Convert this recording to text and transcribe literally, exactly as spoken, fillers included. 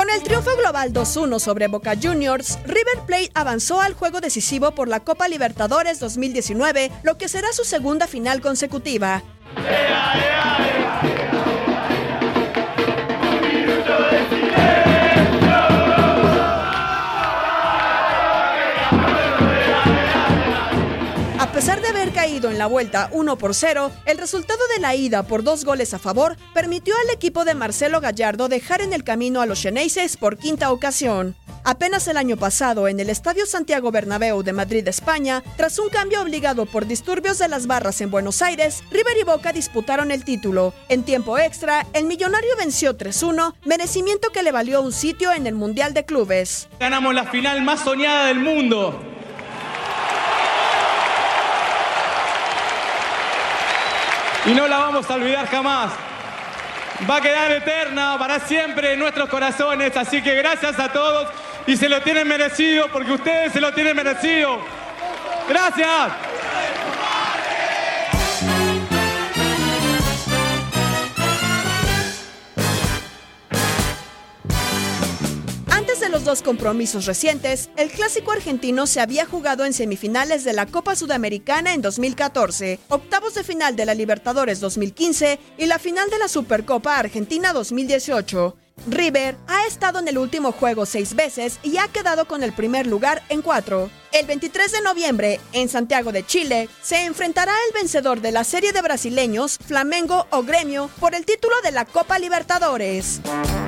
Con el triunfo global dos uno sobre Boca Juniors, River Plate avanzó al juego decisivo por la Copa Libertadores dos mil diecinueve, lo que será su segunda final consecutiva. A pesar de haber caído en la vuelta uno por cero, el resultado de la ida por dos goles a favor permitió al equipo de Marcelo Gallardo dejar en el camino a los xeneises por quinta ocasión. Apenas el año pasado, en el Estadio Santiago Bernabéu de Madrid, España, tras un cambio obligado por disturbios de las barras en Buenos Aires, River y Boca disputaron el título. En tiempo extra, el millonario venció tres uno, merecimiento que le valió un sitio en el Mundial de Clubes. Ganamos la final más soñada del mundo. Y no la vamos a olvidar jamás. Va a quedar eterna para siempre en nuestros corazones. Así que gracias a todos y se lo tienen merecido porque ustedes se lo tienen merecido. ¡Gracias! Antes de los dos compromisos recientes, el clásico argentino se había jugado en semifinales de la Copa Sudamericana en dos mil catorce, octavos de final de la Libertadores dos mil quince y la final de la Supercopa Argentina dos mil dieciocho. River ha estado en el último juego seis veces y ha quedado con el primer lugar en cuatro. El veintitrés de noviembre, en Santiago de Chile, se enfrentará el vencedor de la serie de brasileños, Flamengo o Gremio, por el título de la Copa Libertadores.